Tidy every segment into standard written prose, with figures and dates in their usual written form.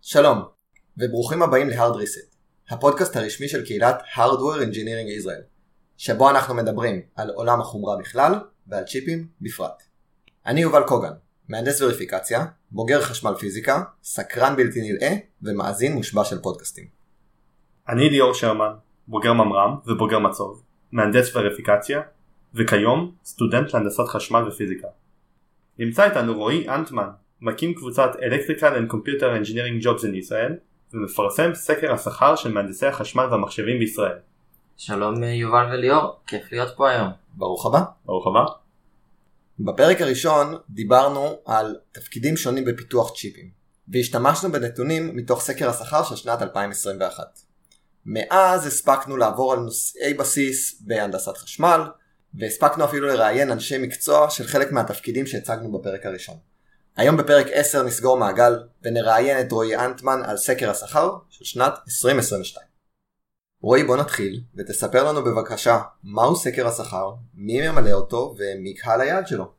שלום, וברוכים הבאים ל-Hard Reset, הפודקאסט הרשמי של קהילת Hardware Engineering Israel, שבו אנחנו מדברים על עולם החומרה בכלל ועל צ'יפים בפרט. אני יובל קוגן, מהנדס וריפיקציה, בוגר חשמל פיזיקה, סקרן בלתי נלאה ומאזין מושבע של פודקאסטים. אני ליאור שרמן, בוגר ממר"ם ובוגר מצוב, מהנדס וריפיקציה, וכיום סטודנט להנדסת חשמל ופיזיקה. נמצא איתנו רועי אנטמן, מקים קבוצת Electrical and Computer Engineering Jobs in Israel, ומפרסם סקר השכר של מהנדסי החשמל והמחשבים בישראל. שלום יובל וליאור, כיף להיות פה היום. ברוך הבא. ברוך הבא. בפרק הראשון דיברנו על תפקידים שונים בפיתוח צ'יפים, והשתמשנו בנתונים מתוך סקר השכר של שנת 2021. מאז הספקנו לעבור על נושאי בסיס בהנדסת חשמל, והספקנו אפילו לראיין אנשי מקצוע של חלק מהתפקידים שהצגנו בפרק הראשון. היום בפרק 10 נסגור מעגל ונראיין את רועי אנטמן על סקר השכר של שנת 2022. רועי, בוא נתחיל ותספר לנו בבקשה מהו סקר השכר, מי ממלא אותו ומי קהל היעד שלו.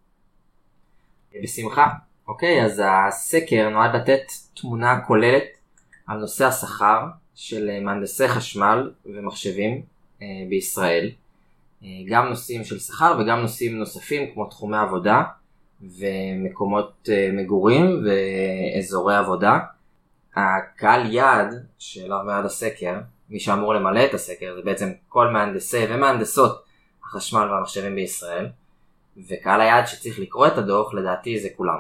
בשמחה. אוקיי, אז הסקר נועד לתת תמונה כוללת על נושא השכר של מהנדסי חשמל ומחשבים בישראל. גם נושאים של שכר וגם נושאים נוספים כמו תחומי עבודה ומקומות מגורים ואזורי עבודה. הקהל יעד שאליו מיועד הסקר, מי שאמור למלא את הסקר, זה בעצם כל מהנדסי ומהנדסות החשמל והמחשבים בישראל, וקהל היעד שצריך לקרוא את הדוח לדעתי זה כולם.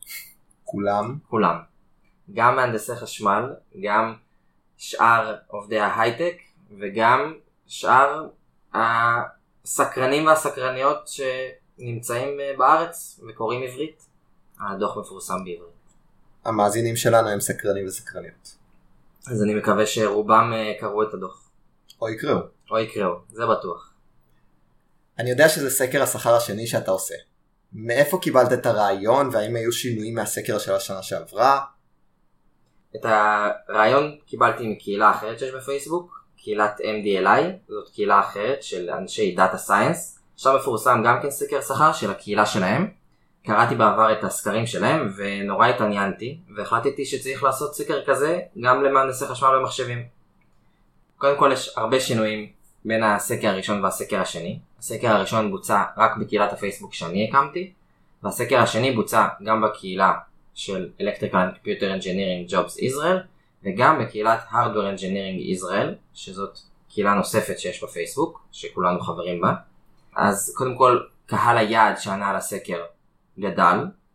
כולם. גם מהנדסי חשמל, גם שאר עובדי ההייטק וגם שאר הסקרנים והסקרניות שנמצאים בארץ וקוראים עברית. הדוח מפורסם בעברית. המאזינים שלנו הם סקרנים וסקרניות. אז אני מקווה שרובם קראו את הדוח. או יקראו. זה בטוח. אני יודע שזה סקר השכר השני שאתה עושה. מאיפה קיבלת את הרעיון והאם היו שינויים מהסקר של השנה שעברה? את הרעיון קיבלתי מקהילה אחרת שיש בפייסבוק, קהילת MDLI, זאת קהילה אחרת של אנשי דאטה סיינס. שם מפורסם גם כן סקר שכר של הקהילה שלהם. קראתי בעבר את הסקרים שלהם ונורא התעניינתי, והחלטתי שצריך לעשות סקר כזה גם למהנדסי חשמל ומחשבים. קודם כל יש הרבה שינויים בין הסקר הראשון והסקר השני. הסקר הראשון בוצע רק בקהילת הפייסבוק שאני הקמתי, והסקר השני בוצע גם בקהילה של Electrical and Computer Engineering Jobs Israel, וגם בקהילת Hardware Engineering Israel, שזאת קהילה נוספת שיש בפייסבוק, שכולנו חברים בה. אז קודם כל קהל היעד שענה על הסקר גדל,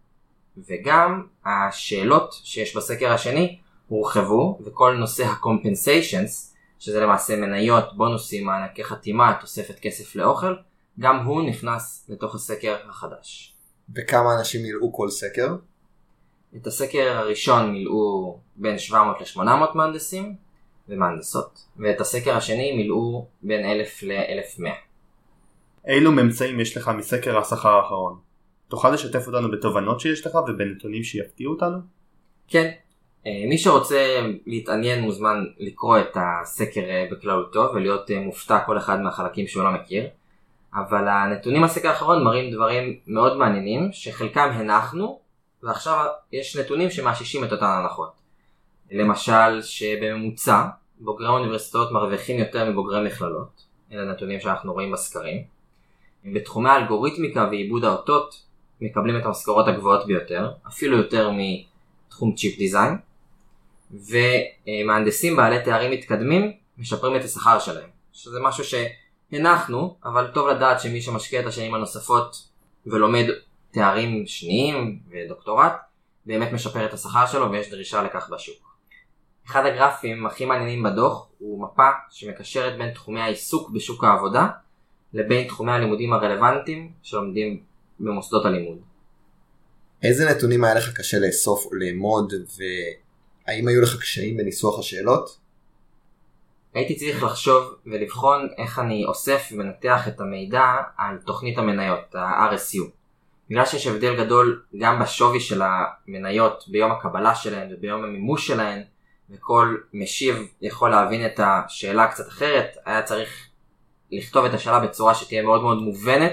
וגם השאלות שיש בסקר השני הורחבו, וכל נושא ה-compensations, שזה למעשה מניות, בונוסים, מענקי חתימה, תוספת כסף לאוכל, גם הוא נכנס לתוך הסקר החדש. וכמה אנשים מילאו כל סקר? את הסקר הראשון מילאו בין 700 ל-800 מהנדסים ומהנדסות, ואת הסקר השני מילאו בין 1,000 ל-1,100. אילו ממצאים יש לך מסקר השכר האחרון? תוכל לשתף אותנו בתובנות שיש לך ובנתונים שיפתיעו אותנו? כן. מי שרוצה להתעניין מוזמן לקרוא את הסקר בכללותו ולהיות מופתע כל אחד מהחלקים שהוא לא מכיר. אבל הנתונים מהסקר האחרון מראים דברים מאוד מעניינים שחלקם הנחנו, ועכשיו יש נתונים שמאששים את אותן הנחות. למשל שבממוצע בוגרי האוניברסיטאות מרוויחים יותר מבוגרי מכללות. אלה נתונים שאנחנו רואים בסקרים. בתחומי האלגוריתמיקה ועיבוד האותות מקבלים את המשכורות הגבוהות ביותר, אפילו יותר מתחום צ'יפ דיזיין. ומהנדסים בעלי תארים מתקדמים משפרים את השכר שלהם, שזה משהו שהנחנו, אבל טוב לדעת שמי שמשקיע את השנים הנוספות ולומד תארים שניים ודוקטורט באמת משפר את השכר שלו, ויש דרישה לכך בשוק. אחד הגרפים הכי מעניינים בדוח הוא מפה שמקשרת בין תחומי העיסוק בשוק העבודה לבין תחומי הלימודים הרלוונטיים שלומדים במוסדות הלימוד. איזה נתונים היה לך קשה לאסוף או לאמוד, והאם היו לך קשיים בניסוח השאלות? הייתי צריך לחשוב ולבחון איך אני אוסף ומנתח את המידע על תוכנית המניות, ה-RSU. בגלל שיש הבדל גדול גם בשווי של המניות ביום הקבלה שלהן וביום המימוש שלהן, וכל משיב יכול להבין את השאלה קצת אחרת, היה צריך לכתוב את השאלה בצורה שתהיה מאוד מאוד מובנת,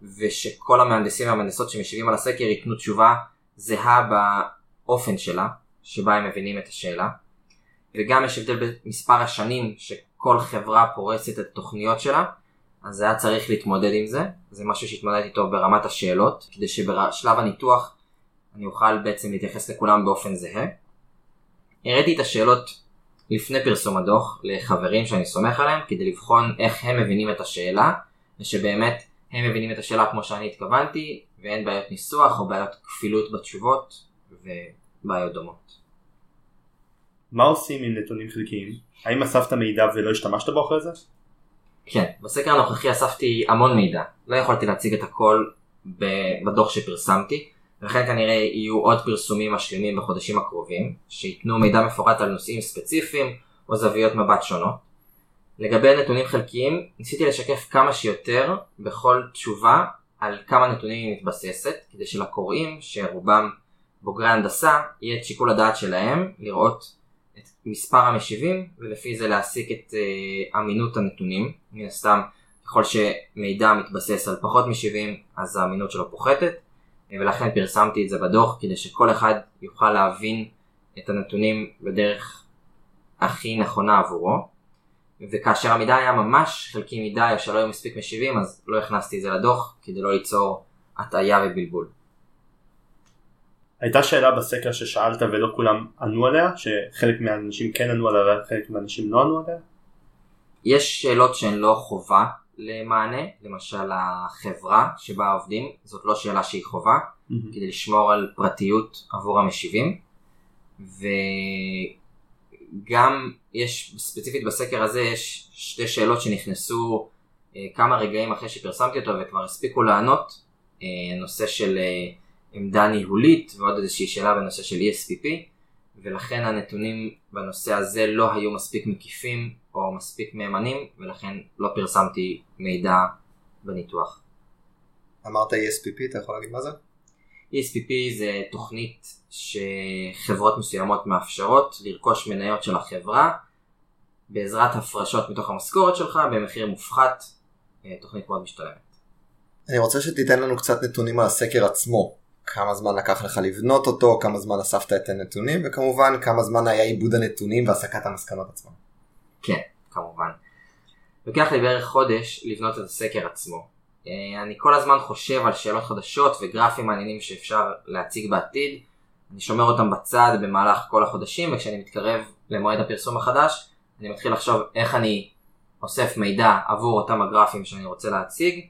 ושכל המהנדסים והמהנדסות שמשיבים על הסקר ייתנו תשובה זהה באופן שלה. שבה הם מבינים את השאלה. וגם יש הבדל במספר השנים שכל חברה פורסת את התוכניות שלה, אז היה צריך להתמודד עם זה. זה משהו שהתמודד איתו ברמת השאלות, כדי שבשלב הניתוח אני אוכל בעצם להתייחס לכולם באופן זהה. הראיתי את השאלות לפני פרסום הדוח לחברים שאני סומך עליהם, כדי לבחון איך הם מבינים את השאלה, ושבאמת הם מבינים את השאלה כמו שאני התכוונתי, ואין בעיות ניסוח או בעיות כפילות בתשובות ובעיות דומות. מה עושים עם נתונים חלקיים? האם אספת מידע ולא השתמשת בו אחרי זה? כן, בסקר הנוכחי אספתי המון מידע. לא יכולתי להציג את הכל בדוח שפרסמתי, ולכן כנראה יהיו עוד פרסומים משלימים בחודשים הקרובים, שיתנו מידע מפורט על נושאים ספציפיים או זוויות מבט שונות. לגבי נתונים חלקיים, ניסיתי לשקף כמה שיותר בכל תשובה על כמה נתונים היא מתבססת, כדי שלקוראים, שרובם בוגרי הנדסה, יהיה את שיקול הדעת שלהם לראות את מספר המשיבים, ולפי זה להסיק את אמינות הנתונים. מן הסתם, ככל שמידע מתבסס על פחות משיבים, אז האמינות שלו פוחתת, ולכן פרסמתי את זה בדוח, כדי שכל אחד יוכל להבין את הנתונים בדרך הכי נכונה עבורו. וכאשר המידע היה ממש חלקי מדי או שלא היו מספיק משיבים, אז לא הכנסתי את זה לדוח, כדי לא ליצור הטעיה ובלבול. הייתה שאלה בסקר ששאלת ולא כולם ענו עליה, שחלק מהאנשים כן ענו עליה וחלק מהאנשים לא ענו עליה? יש שאלות שהן לא חובה למענה, למשל החברה שבה עובדים, זאת לא שאלה שהיא חובה, כדי לשמור על פרטיות עבור המשיבים. וגם יש, ספציפית בסקר הזה, יש שתי שאלות שנכנסו כמה רגעים אחרי שפרסמתי אותו וכבר הספיקו לענות, נושא של עמדה ניהולית ועוד איזושהי שאלה בנושא של ESPP, ולכן הנתונים בנושא הזה לא היו מספיק מקיפים או מספיק מהימנים, ולכן לא פרסמתי מידע בניתוח. אמרת ESPP, אתה יכול להגיד מה זה? ESPP זה תוכנית שחברות מסוימות מאפשרות לרכוש מניות של החברה בעזרת הפרשות מתוך המשכורת שלך במחיר מופחת, תוכנית מאוד משתלמת. אני רוצה שתיתן לנו קצת נתונים על הסקר עצמו. כמה זמן לקח לך לבנות אותו, כמה זמן אספת את הנתונים, וכמובן כמה זמן היה עיבוד הנתונים והסקת המסקנות עצמם. כן, כמובן. לוקח לי בערך חודש לבנות את הסקר עצמו. אני כל הזמן חושב על שאלות חדשות וגרפים מעניינים שאפשר להציג בעתיד. אני שומר אותם בצד במהלך כל החודשים, וכשאני מתקרב למועד הפרסום החדש, אני מתחיל לחשוב איך אני אוסף מידע עבור אותם הגרפים שאני רוצה להציג,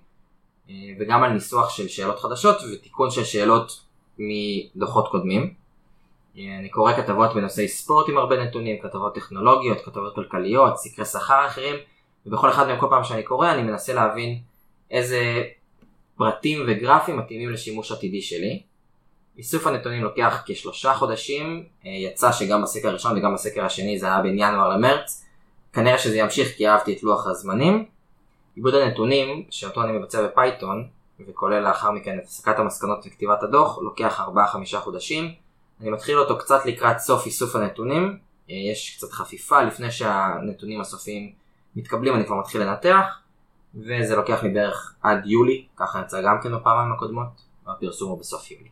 וגם על ניסוח של שאלות חדשות ותיקון של שאלות מדוחות קודמים. אני קורא כתבות בנושאי ספורט עם הרבה נתונים, כתבות טכנולוגיות, כתבות כלכליות, סקרי שכר אחרים, ובכל אחד מהם כל פעם שאני קורא אני מנסה להבין איזה פרטים וגרפים מתאימים לשימוש עתידי שלי. איסוף הנתונים לוקח כ3 חודשים, יצא שגם בסקר הראשון וגם בסקר השני זה היה בין ינואר למרץ, כנראה שזה ימשיך כי אהבתי את לוח הזמנים. עיבוד הנתונים שאותו אני מבצע בפייתון וכולל לאחר מכן את הסקת המסקנות וכתיבת הדוח לוקח 4-5 חודשים. אני מתחיל אותו קצת לקראת סוף איסוף הנתונים, יש קצת חפיפה לפני שהנתונים הסופיים מתקבלים, אני כבר מתחיל לנתח, וזה לוקח לי בערך עד יולי, ככה יצא גם כן בפעמים הקודמות, והפרסום הוא בסוף יולי.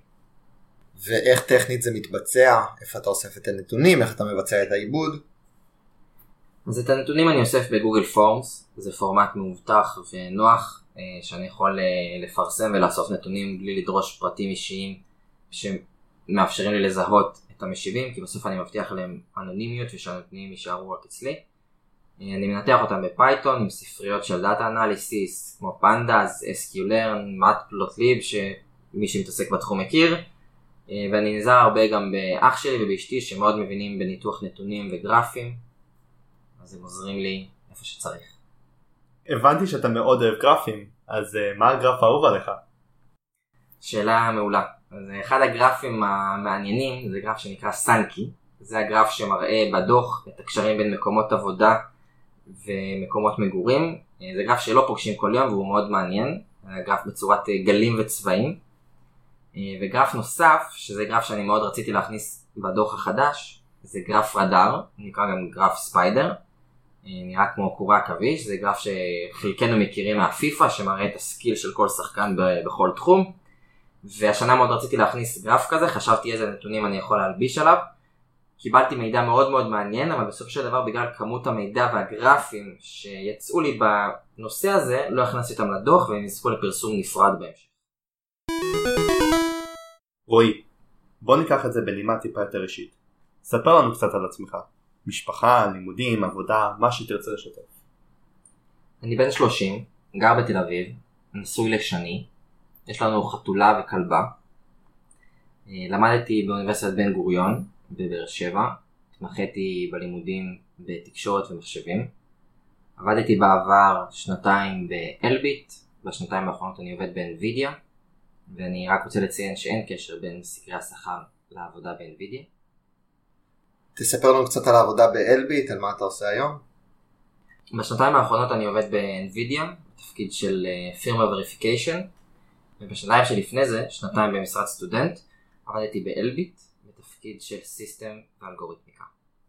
ואיך טכנית זה מתבצע? איפה אתה אוסף את הנתונים? איך אתה מבצע את העיבוד? אז את הנתונים אני אוסף בגוגל פורמס, זה פורמט מאובטח ונוח, שאני יכול לפרסם ולאסוף נתונים בלי לדרוש פרטים אישיים שמאפשרים לי לזהות את המשיבים, כי בסוף אני מבטיח להם אנונימיות ושהנתונים יישארו רק אצלי. אני מנתח אותם בפייתון עם ספריות של דאטה אנליסיס כמו פנדאז, SQLearn, Matplotlib שמי שמתעסק בתחום מכיר, ואני נזהר הרבה גם באח שלי ובאשתי שמאוד מבינים בניתוח נתונים וגרפים, אז הם עוזרים לי איפה שצריך. הבנתי שאתה מאוד אוהב גרפים, אז מה הגרף האהוב עליך? שאלה מעולה. אז אחד הגרפים המעניינים זה גרף שנקרא סנקי, זה הגרף שמראה בדוח את הקשרים בין מקומות עבודה ומקומות מגורים. זה גרף שלא פוגשים כל יום והוא מאוד מעניין, גרף בצורת גלים וצבעים. וגרף נוסף, שזה גרף שאני מאוד רציתי להכניס בדוח החדש, זה גרף רדאר, נקרא גם גרף ספיידר, נראה כמו קורי עכביש, זה גרף שחלקנו מכירים מהפיפה, שמראה את הסקיל של כל שחקן בכל תחום, והשנה מאוד רציתי להכניס גרף כזה, חשבתי איזה נתונים אני יכול להלביש עליו, קיבלתי מידע מאוד מאוד מעניין, אבל בסופו של דבר בגלל כמות המידע והגרפים שיצאו לי בנושא הזה, לא הכנסתי אותם לדוח והם נזכו לפרסום נפרד בהמשך. רועי, בוא ניקח את זה בנימה טיפה יותר אישית. ספר לנו קצת על עצמך. משפחה, לימודים, עבודה, מה שתרצה לשתף. אני בן 30, גר בתל אביב, נשוי לשני, יש לנו חתולה וכלבה. למדתי באוניברסיטת בן גוריון בבאר שבע, התמחיתי בלימודים בתקשורת ומחשבים. עבדתי בעבר 2 באלביט, בשנתיים האחרונות אני עובד באנווידיה, ואני רק רוצה לציין שאין קשר בין סקרי השכר לעבודה באנווידיה. תספר לנו קצת על העבודה באלביט, על מה אתה עושה היום. בשנתיים האחרונות אני עובד באנווידיה, בתפקיד של פירמה וריפיקיישן, ובשנתיים שלפני זה, 2 במשרד סטודנט, עבדתי באלביט, בתפקיד של סיסטם ואלגוריתמיקה.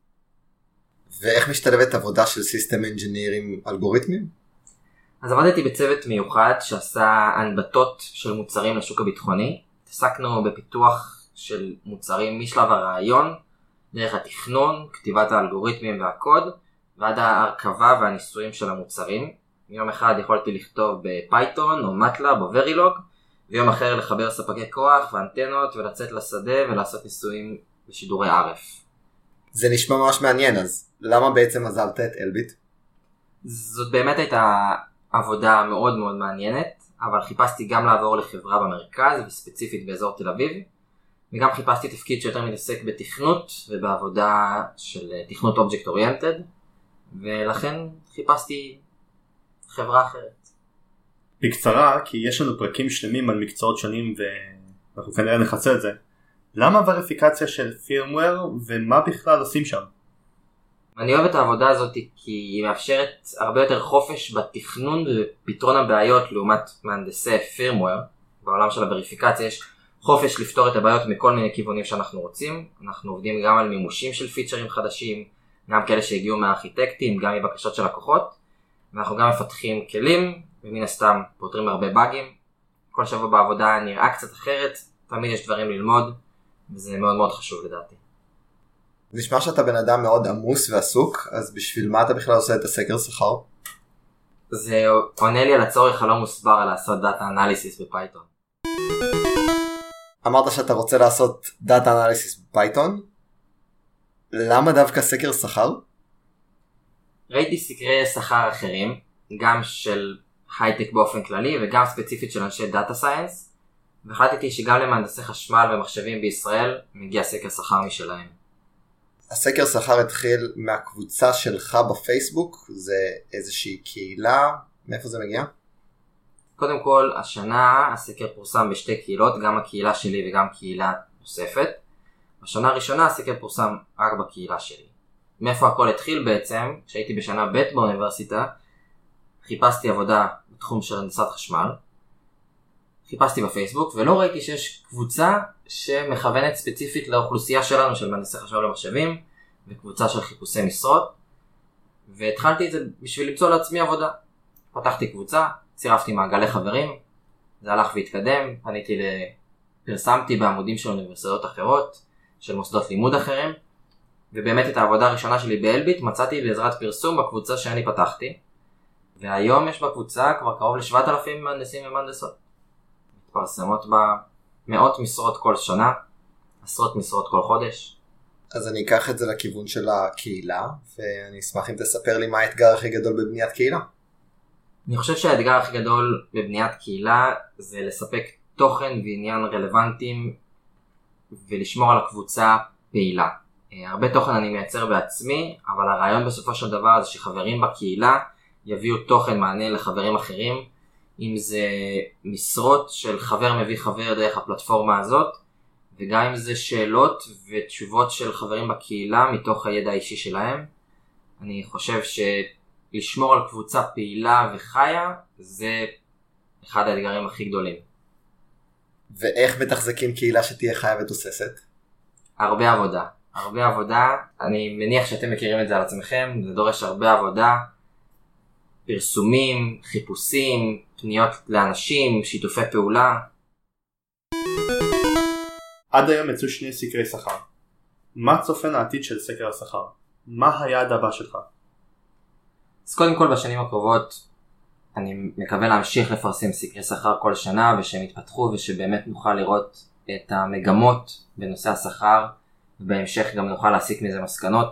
ואיך משתלבת עבודה של סיסטם אנג'יניר עם אלגוריתמים? אז עבדתי בצוות מיוחד שעשה הנבטות של מוצרים לשוק הביטחוני. התעסקנו בפיתוח של מוצרים משלב הרעיון, דרך התכנון, כתיבת האלגוריתמים והקוד, ועד ההרכבה והניסויים של המוצרים. יום אחד יכולתי לכתוב בפייתון או מטלאב או ורילוג, ויום אחר לחבר ספקי כוח ואנטנות ולצאת לשדה ולעשות ניסויים בשידורי RF. זה נשמע ממש מעניין, אז למה בעצם עזבת את אלביט? זאת באמת הייתה עבודה מאוד מאוד מעניינת, אבל חיפשתי גם לעבור לחברה במרכז וספציפית באזור תל אביב, וגם חיפשתי תפקיד שיותר מתעסק בתכנות ובעבודה של תכנות אובייקט אוריינטד, ולכן חיפשתי חברה אחרת. בקצרה, כי יש לנו פרקים שלמים על מקצועות שונים ואנחנו כנראה נחצה את זה. למה וריפיקציה של פירמוור ומה בכלל עושים שם? אני אוהב את העבודה הזאת כי היא מאפשרת הרבה יותר חופש בתכנון ופתרון הבעיות לעומת מהנדסי פירמוור. בעולם של הווריפיקציה יש חופש לפתור את הבעיות מכל מיני כיוונים שאנחנו רוצים. אנחנו עובדים גם על מימושים של פיצ'רים חדשים, גם כאלה שהגיעו מהארכיטקטים, גם מבקשות של לקוחות. ואנחנו גם מפתחים כלים, ומן הסתם פותרים הרבה באגים. כל שבוע בעבודה נראה קצת אחרת, תמיד יש דברים ללמוד, וזה מאוד מאוד חשוב לדעתי. נשמע שאתה בן אדם מאוד עמוס ועסוק, אז בשביל מה אתה בכלל עושה את הסקר שכר? זה עונה לי על הצורך הלא מוסבר לעשות דאטה אנליסיס בפייתון. אמרת שאתה רוצה לעשות דאטה אנליסיס בפייתון? למה דווקא סקר שכר? ראיתי סקרי שכר אחרים, גם של הייטק באופן כללי וגם ספציפית של אנשי דאטה סיינס, והחלטתי שגם למהנדסי חשמל ומחשבים בישראל מגיע סקר שכר משלהם. הסקר שכר התחיל מהקבוצה שלך בפייסבוק, זה איזושהי קהילה, מאיפה זה מגיע? קודם כל, השנה הסקר פורסם בשתי קהילות, גם הקהילה שלי וגם קהילה נוספת. בשנה הראשונה הסקר פורסם רק בקהילה שלי. מאיפה הכל התחיל בעצם? כשהייתי בשנה ב' באוניברסיטה, חיפשתי עבודה בתחום של הנדסת חשמל, חיפשתי בפייסבוק ולא ראיתי שיש קבוצה שמכוונת ספציפית לאוכלוסייה שלנו של מהנדסי חשמל ומחשבים, וקבוצה של חיפושי משרות, והתחלתי את זה בשביל למצוא לעצמי עבודה. פתחתי קבוצה, צירפתי מעגלי חברים, זה הלך והתקדם, פרסמתי בעמודים של אוניברסיטאות אחרות, של מוסדות לימוד אחרים, ובאמת את העבודה הראשונה שלי באלביט מצאתי בעזרת פרסום בקבוצה שאני פתחתי, והיום יש בקבוצה כבר קרוב ל7,000 מהנדסים ומהנדסות. מתפרסמות בה מאות משרות כל שנה, עשרות משרות כל חודש. אז אני אקח את זה לכיוון של הקהילה, ואני אשמח אם תספר לי מה האתגר הכי גדול בבניית קהילה. אני חושב שהאתגר הכי גדול בבניית קהילה זה לספק תוכן ועניין רלוונטיים ולשמור על הקבוצה פעילה. הרבה תוכן אני מייצר בעצמי, אבל הרעיון בסופו של דבר זה שחברים בקהילה יביאו תוכן מענה לחברים אחרים, אם זה משרות של חבר מביא חבר דרך הפלטפורמה הזאת, וגם אם זה שאלות ותשובות של חברים בקהילה מתוך הידע האישי שלהם. אני חושב שלשמור על קבוצה פעילה וחיה זה אחד האתגרים הכי גדולים. ואיך מתחזקים קהילה שתהיה חיה ותוססת? הרבה עבודה. אני מניח שאתם מכירים את זה על עצמכם, זה דורש הרבה עבודה, פרסומים, חיפושים, פניות לאנשים, שיתופי פעולה. עד היום יצאו 2 סקרי שכר. מה צופן העתיד של סקר השכר? מה היעד הבא שלך? אז קודם כל בשנים הקרובות אני מקווה להמשיך לפרסם סקרי שכר כל שנה ושהם יתפתחו ושבאמת נוכל לראות את המגמות בנושא השכר ובהמשך גם נוכל להסיק מזה מסקנות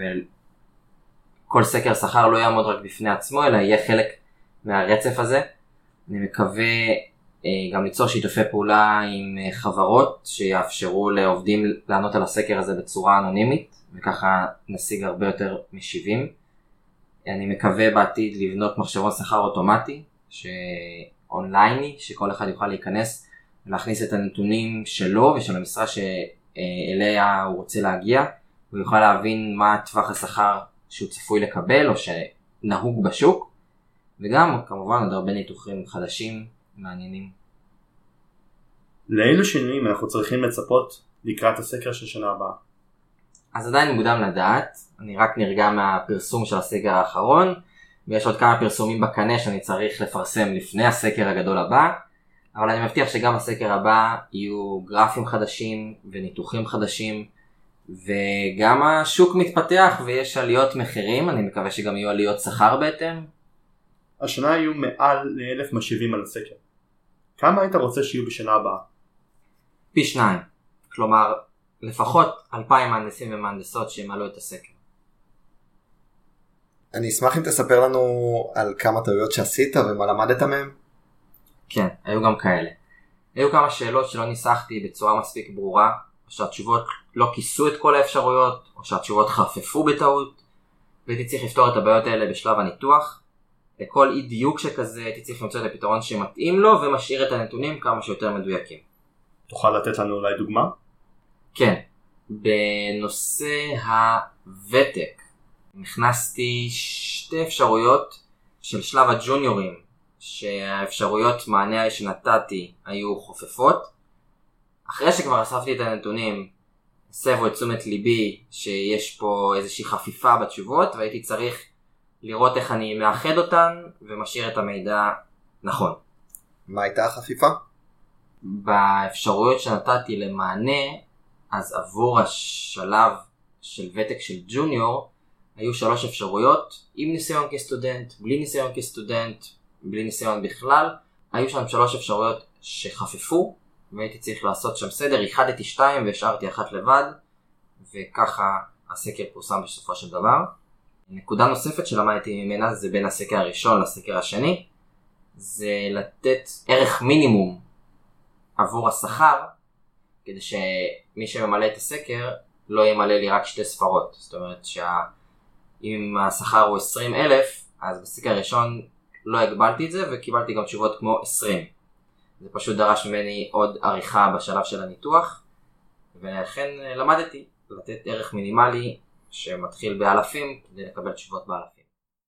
וכל סקר שכר לא יעמוד רק בפני עצמו אלא יהיה חלק מהרצף הזה. אני מקווה גם ליצור שיתופי פעולה עם חברות שיאפשרו לעובדים לענות על הסקר הזה בצורה אנונימית וככה נשיג הרבה יותר משיבים. אני מקווה בעתיד לבנות מחשבון שכר אוטומטי אונלייני שכל אחד יוכל להיכנס ולהכניס את הנתונים שלו ושל המשרה שאליה הוא רוצה להגיע והוא יוכל להבין מה טווח השכר שהוא צפוי לקבל או שנהוג בשוק וגם כמובן עוד הרבה ניתוחים חדשים מעניינים. לאילו שינויים אנחנו צריכים לצפות לקראת הסקר של שנה הבאה? אז עדיין מוקדם לדעת, אני רק נרגע מהפרסום של הסקר האחרון ויש עוד כמה פרסומים בקנה שאני צריך לפרסם לפני הסקר הגדול הבא אבל אני מבטיח שגם בסקר הבא יהיו גרפים חדשים וניתוחים חדשים וגם השוק מתפתח ויש עליות מחירים, אני מקווה שגם יהיו עליות שכר בהתאם. השנה יהיו מעל ל1,000 משיבים על הסקר. כמה היית רוצה שיהיו בשנה הבאה? פי 2, כלומר לפחות 2,000 מהנדסים ומהנדסות שימלאו את הסקר. אני אשמח אם תספר לנו על כמה טעויות שעשית ומה למדת מהם. כן, היו גם כאלה. היו כמה שאלות שלא ניסחתי בצורה מספיק ברורה, או שהתשובות לא כיסו את כל האפשרויות, או שהתשובות חפפו בטעות, והייתי צריך לפתור את הבעיות האלה בשלב הניתוח. לכל אי דיוק שכזה הייתי צריך למצוא את הפתרון שמתאים לו ומשאיר את הנתונים כמה שיותר מדויקים. תוכל לתת לנו אולי דוגמה? כן, בנושא הוותק נכנסתי 2 אפשרויות של שלב הג'וניורים שהאפשרויות מענה שנתתי היו חופפות. אחרי שכבר אספתי את הנתונים הסבו את תשומת ליבי שיש פה איזושהי חפיפה בתשובות והייתי צריך לראות איך אני מאחד אותן ומשאיר את המידע נכון. מה הייתה החפיפה? באפשרויות שנתתי למענה אז עבור השלב של ותק של ג'וניור היו 3 אפשרויות עם ניסיון כסטודנט, בלי ניסיון כסטודנט, בלי ניסיון בכלל. היו שם 3 אפשרויות שחפפו והייתי צריך לעשות שם סדר, איחדתי 2 והשארתי 1 לבד וככה הסקר פורסם בסופו של דבר. נקודה נוספת שלמדתי ממנה זה בין הסקר הראשון לסקר השני זה לתת ערך מינימום עבור השכר כדי שמי שממלא את הסקר לא ימלא לי רק 2 ספרות. זאת אומרת שאם השכר הוא 20,000 אז בסקר הראשון לא הגבלתי את זה וקיבלתי גם תשובות כמו 20. זה פשוט דרש ממני עוד עריכה בשלב של הניתוח ולכן למדתי לתת ערך מינימלי שמתחיל באלפים כדי לקבל תשובות באלפים.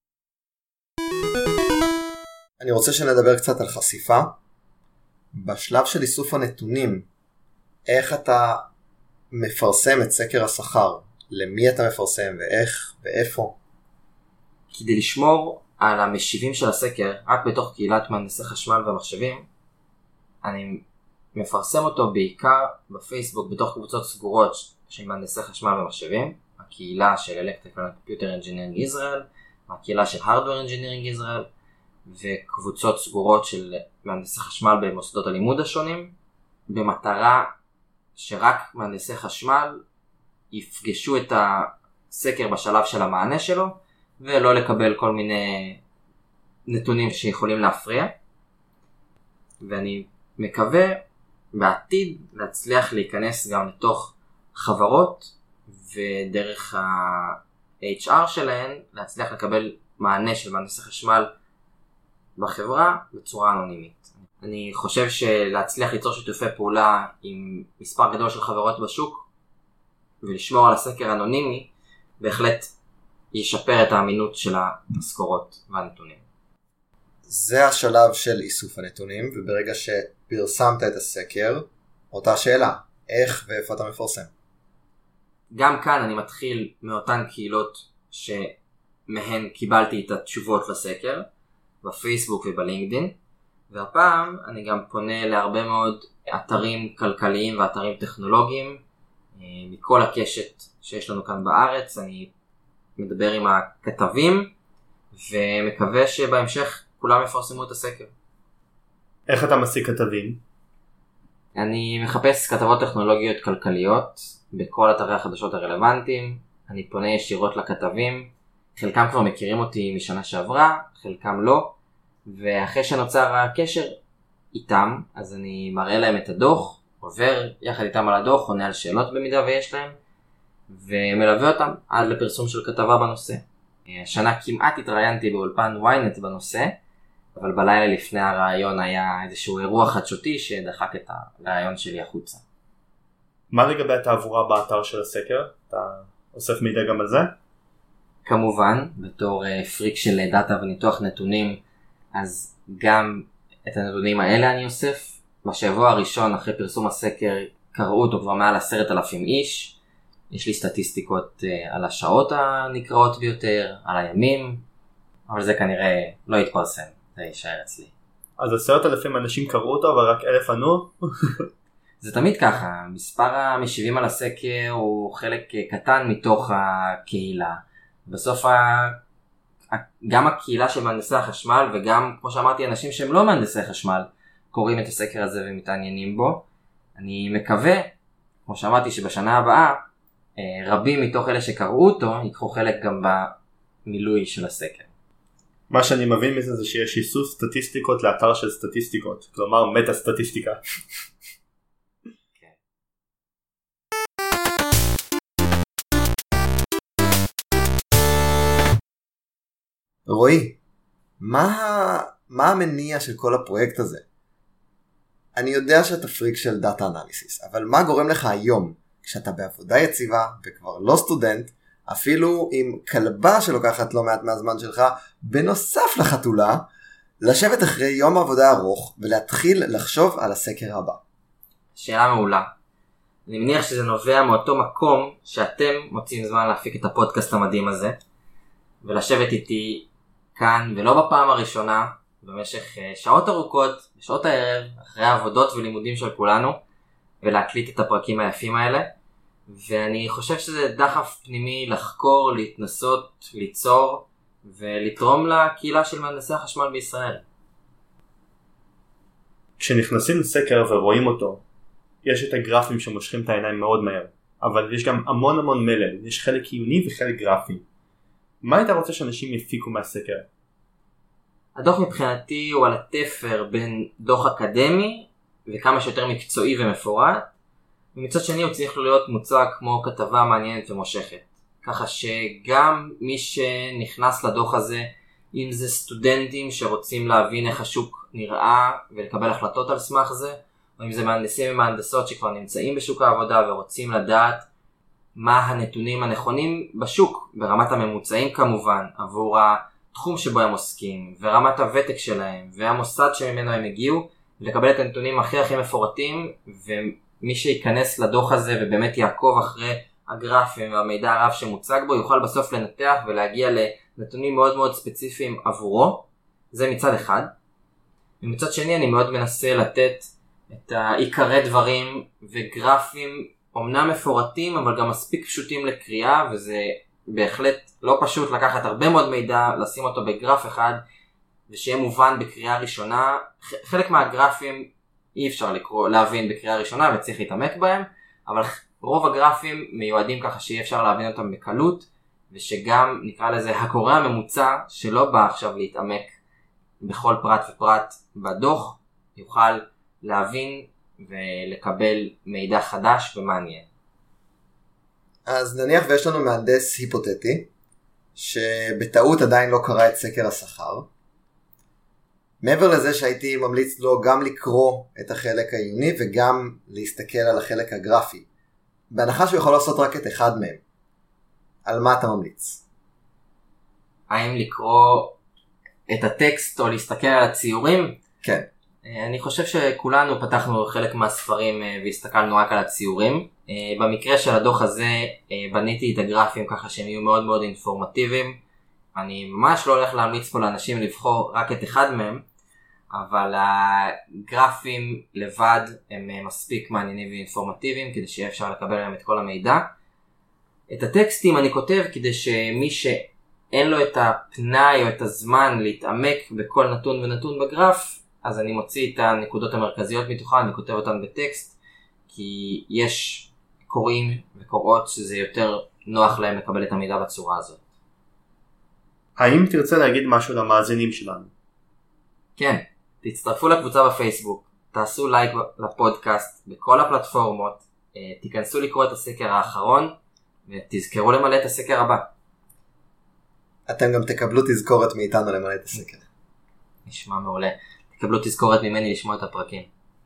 אני רוצה שנדבר קצת על חשיפה. בשלב של איסוף הנתונים, איך אתה מפרסם את סקר השכר? למי אתה מפרסם ואיך ואיפה? כדי לשמור על המשיבים של הסקר רק בתוך קהילת מהנדסי חשמל ומחשבים, אני מפרסם אותו בעיקר בפייסבוק בתוך קבוצות סגורות של מהנדסי חשמל ומחשבים, הקהילה של Electrical and Computer Engineering Israel, הקהילה של Hardware Engineering Israel, וקבוצות סגורות של מהנדסי חשמל במוסדות הלימוד השונים, במטרה שרק מהנדסי חשמל יפגשו את הסקר בשלב של המענה שלו, ולא לקבל כל מיני נתונים שיכולים להפריע. ואני מקווה בעתיד להצליח להיכנס גם לתוך חברות ודרך ה-HR שלהן להצליח לקבל מענה של מהנדסי חשמל בחברה בצורה אנונימית. אני חושב שלהצליח ליצור שיתופי פעולה עם מספר גדול של חברות בשוק ולשמור על הסקר האנונימי בהחלט ישפר את האמינות של המשכורות והנתונים. זה השלב של איסוף הנתונים, וברגע שפרסמת את הסקר, אותה שאלה, איך ואיפה אתה מפרסם? גם כאן אני מתחיל מאותן קהילות שמהן קיבלתי את התשובות לסקר, בפייסבוק ובלינקדין, והפעם אני גם פונה להרבה מאוד אתרים כלכליים ואתרים טכנולוגיים מכל הקשת שיש לנו כאן בארץ. אני מדבר עם הכתבים ומקווה שבהמשך כולם יפרסמו את הסקר. איך אתה משיג כתבים? אני מחפש כתבות טכנולוגיות כלכליות בכל אתרי החדשות הרלוונטיים. אני פונה ישירות לכתבים, חלקם כבר מכירים אותי משנה שעברה, חלקם לא, ואחרי שנוצר הקשר איתם, אז אני מראה להם את הדוח, עובר יחד איתם על הדוח, עונה על שאלות במידה ויש להם, ומלווה אותם עד לפרסום של כתבה בנושא. השנה כמעט התראיינתי באולפן ynet בנושא, אבל בלילה לפני הרעיון היה איזשהו אירוע חדשותי שדחק את הרעיון שלי החוצה. מה לגבי התעבורה באתר של הסקר? אתה אוסף מידע גם על זה? כמובן, בתור פריק של דאטה וניתוח נתונים, אז גם את הנתונים האלה אני אוסף. בשבוע הראשון אחרי פרסום הסקר קראו אותו כבר מעל 10,000 איש. יש לי סטטיסטיקות על השעות הנקראות ביותר, על הימים, אבל זה כנראה לא יתפרסם, זה יישאר אצלי. אז 10,000 אנשים קראו אותו אבל רק 1,000 ענו? זה תמיד ככה, מספר המשיבים על הסקר הוא חלק קטן מתוך הקהילה. בסוף גם הקהילה של מהנדסי החשמל וגם, כמו שאמרתי, אנשים שהם לא מהנדסי חשמל קוראים את הסקר הזה ומתעניינים בו. אני מקווה, כמו שאמרתי, שבשנה הבאה רבים מתוך אלה שקראו אותו ייקחו חלק גם במילוי של הסקר. מה שאני מבין מזה זה שיש איסוף סטטיסטיקות לאתר של סטטיסטיקות, כלומר מטה סטטיסטיקה. רועי, מה המניע של כל הפרויקט הזה? אני יודע שאתה פריק של דאטה אנליסיס, אבל מה גורם לך היום, כשאתה בעבודה יציבה וכבר לא סטודנט, אפילו עם כלבה שלוקחת לא מעט מהזמן שלך, בנוסף לחתולה, לשבת אחרי יום עבודה ארוך ולהתחיל לחשוב על הסקר הבא? שאלה מעולה. אני מניח שזה נובע מאותו מקום שאתם מוצאים זמן להפיק את הפודקאסט המדהים הזה, ולשבת איתי כאן, ולא בפעם הראשונה, במשך שעות ארוכות, בשעות הערב, אחרי העבודות ולימודים של כולנו, ולהקליט את הפרקים היפים האלה. ואני חושב שזה דחף פנימי לחקור, להתנסות, ליצור, ולתרום לקהילה של מהנדסי החשמל בישראל. כשנכנסים לסקר ורואים אותו, יש את הגרפים שמושכים את העיניים מאוד מהר, אבל יש גם המון מלל, יש חלק עיוני וחלק גרפי. מה היית רוצה שאנשים יפיקו מהסקר? הדוח מבחינתי הוא על התפר בין דוח אקדמי וכמה שיותר מקצועי ומפורט, ומצד שני הוא צריך להיות מוצג כמו כתבה מעניינת ומושכת, ככה שגם מי שנכנס לדוח הזה, אם זה סטודנטים שרוצים להבין איך השוק נראה ולקבל החלטות על סמך זה, או אם זה מהנדסים ומהנדסות שכבר נמצאים בשוק העבודה ורוצים לדעת מה הנתונים הנכונים בשוק, ברמת הממוצעים כמובן, עבור התחום שבו הם עוסקים, ורמת הוותק שלהם, והמוסד שממנו הם הגיעו, לקבל את הנתונים הכי מפורטים, ומי שיכנס לדוח הזה ובאמת יעקוב אחרי הגרפים והמידע הרב שמוצג בו, יוכל בסוף לנתח ולהגיע לנתונים מאוד ספציפיים עבורו. זה מצד אחד. ומצד שני אני מאוד מנסה לתת את העיקרי דברים וגרפים אומנם מפורטים, אבל גם מספיק פשוטים לקריאה, וזה בהחלט לא פשוט לקחת הרבה מאוד מידע, לשים אותו בגרף אחד, ושיהיה מובן בקריאה ראשונה. חלק מהגרפים אי אפשר להבין בקריאה ראשונה וצריך להתעמק בהם, אבל רוב הגרפים מיועדים ככה שיהיה אפשר להבין אותם בקלות, ושגם נקרא לזה הקורא הממוצע שלא בא עכשיו להתעמק בכל פרט ופרט בדוח, יוכל להבין ולקבל מידע חדש ומעניין. אז נניח ויש לנו מהנדס היפותטי, שבטעות עדיין לא קרא את סקר השכר. מעבר לזה שהייתי ממליץ לו גם לקרוא את החלק העיוני וגם להסתכל על החלק הגרפי. בהנחה שהוא יכול לעשות רק את אחד מהם. על מה אתה ממליץ? האם לקרוא את הטקסט או להסתכל על הציורים? כן. אני חושב שכולנו פתחנו חלק מהספרים והסתכלנו רק על הציורים. במקרה של הדוח הזה בניתי את הגרפים ככה שהם יהיו מאוד אינפורמטיביים. אני ממש לא הולך להמליץ פה לאנשים לבחור רק את אחד מהם, אבל הגרפים לבד הם מספיק מעניינים ואינפורמטיביים כדי שיהיה אפשר לקבל להם את כל המידע. את הטקסטים אני כותב כדי שמי שאין לו את הפנאי או את הזמן להתעמק בכל נתון ונתון בגרף, אז אני מוציא את הנקודות המרכזיות מתוכה, אני כותב אותן בטקסט, כי יש קוראים וקוראות שזה יותר נוח להם לקבל את המידע בצורה הזאת. האם תרצה להגיד משהו למאזינים שלנו? כן, תצטרפו לקבוצה בפייסבוק, תעשו לייק לפודקאסט בכל הפלטפורמות, תיכנסו לקרוא את הסקר האחרון, ותזכרו למלא את הסקר הבא. אתם גם תקבלו תזכורת מאיתנו למלא את הסקר. נשמע מעולה. תקבלו תזכורת ממני לשמוע את הפרקים.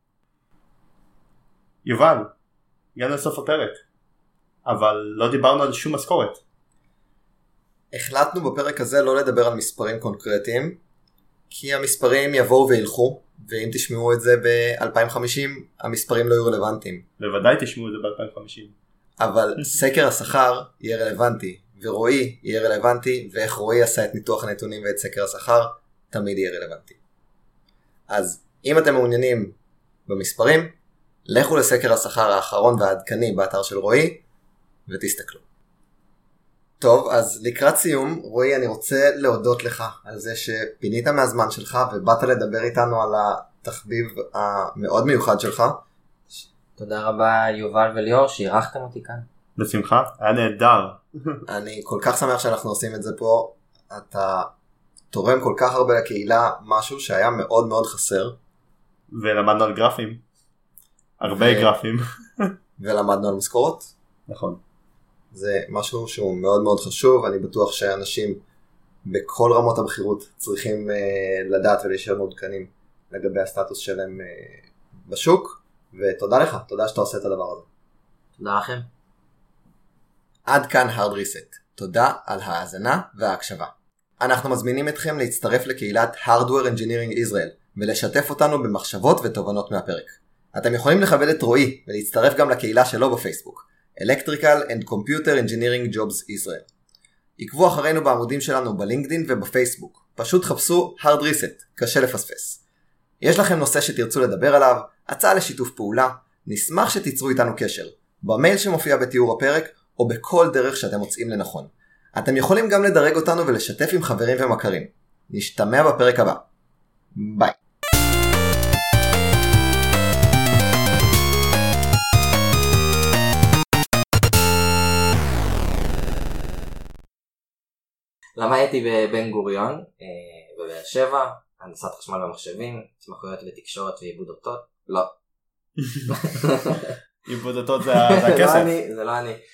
יובל, הגענו לסוף הפרק, אבל לא דיברנו על שום משכורת. החלטנו בפרק הזה לא לדבר על מספרים קונקרטיים, כי המספרים יבואו וילכו, ואם תשמעו את זה ב-2050, המספרים לא יהיו רלוונטיים. בוודאי תשמעו את זה ב-2050. אבל סקר השכר יהיה רלוונטי, ורועי יהיה רלוונטי, ואיך רועי עשה את ניתוח הנתונים ואת סקר השכר, תמיד יהיה רלוונטי. אז אם אתם מעוניינים במספרים, לכו לסקר השכר האחרון והעדכני באתר של רועי, ותסתכלו. טוב, אז לקראת סיום, רועי, אני רוצה להודות לך על זה שפינית מהזמן שלך, ובאת לדבר איתנו על התחביב המאוד מיוחד שלך. תודה רבה יובל וליאור שאירחתם אותי כאן. בשמחה, היה נהדר. אני כל כך שמח שאנחנו עושים את זה פה. אתה תורם כל כך הרבה לקהילה, משהו שהיה מאוד מאוד חסר. ולמדנו על גרפים. הרבה גרפים. ולמדנו על משכורות. נכון. זה משהו שהוא מאוד מאוד חשוב. אני בטוח שאנשים בכל רמות הבחירות צריכים לדעת ולהישאר מעודכנים לגבי הסטטוס שלהם בשוק. ותודה לך, תודה שאתה עושה את הדבר הזה. תודה לכם. עד כאן Hard Reset. תודה על ההאזנה וההקשבה. אנחנו מזמינים אתכם להצטרף לקהילת Hardware Engineering Israel ולשתף אותנו במחשבות ותובנות מהפרק. אתם יכולים לכבד את רועי ולהצטרף גם לקהילה שלו בפייסבוק, Electrical and Computer Engineering Jobs Israel. עקבו אחרינו בעמודים שלנו בלינקדין ובפייסבוק. פשוט חפשו Hard Reset, קשה לפספס. יש לכם נושא שתרצו לדבר עליו, הצעה לשיתוף פעולה, נשמח שתיצרו איתנו קשר, במייל שמופיע בתיאור הפרק או בכל דרך שאתם מוצאים לנכון. אתם יכולים גם לדרג אותנו ולשתף עם חברים ומכרים. נשתמע בפרק הבא. ביי. למדתי בבן גוריון, בבאר שבע, הנדסת חשמל ומחשבים, התמחויות בתקשורת ועיבוד אותות. לא. עיבוד אותות זה הכסף. זה לא אני.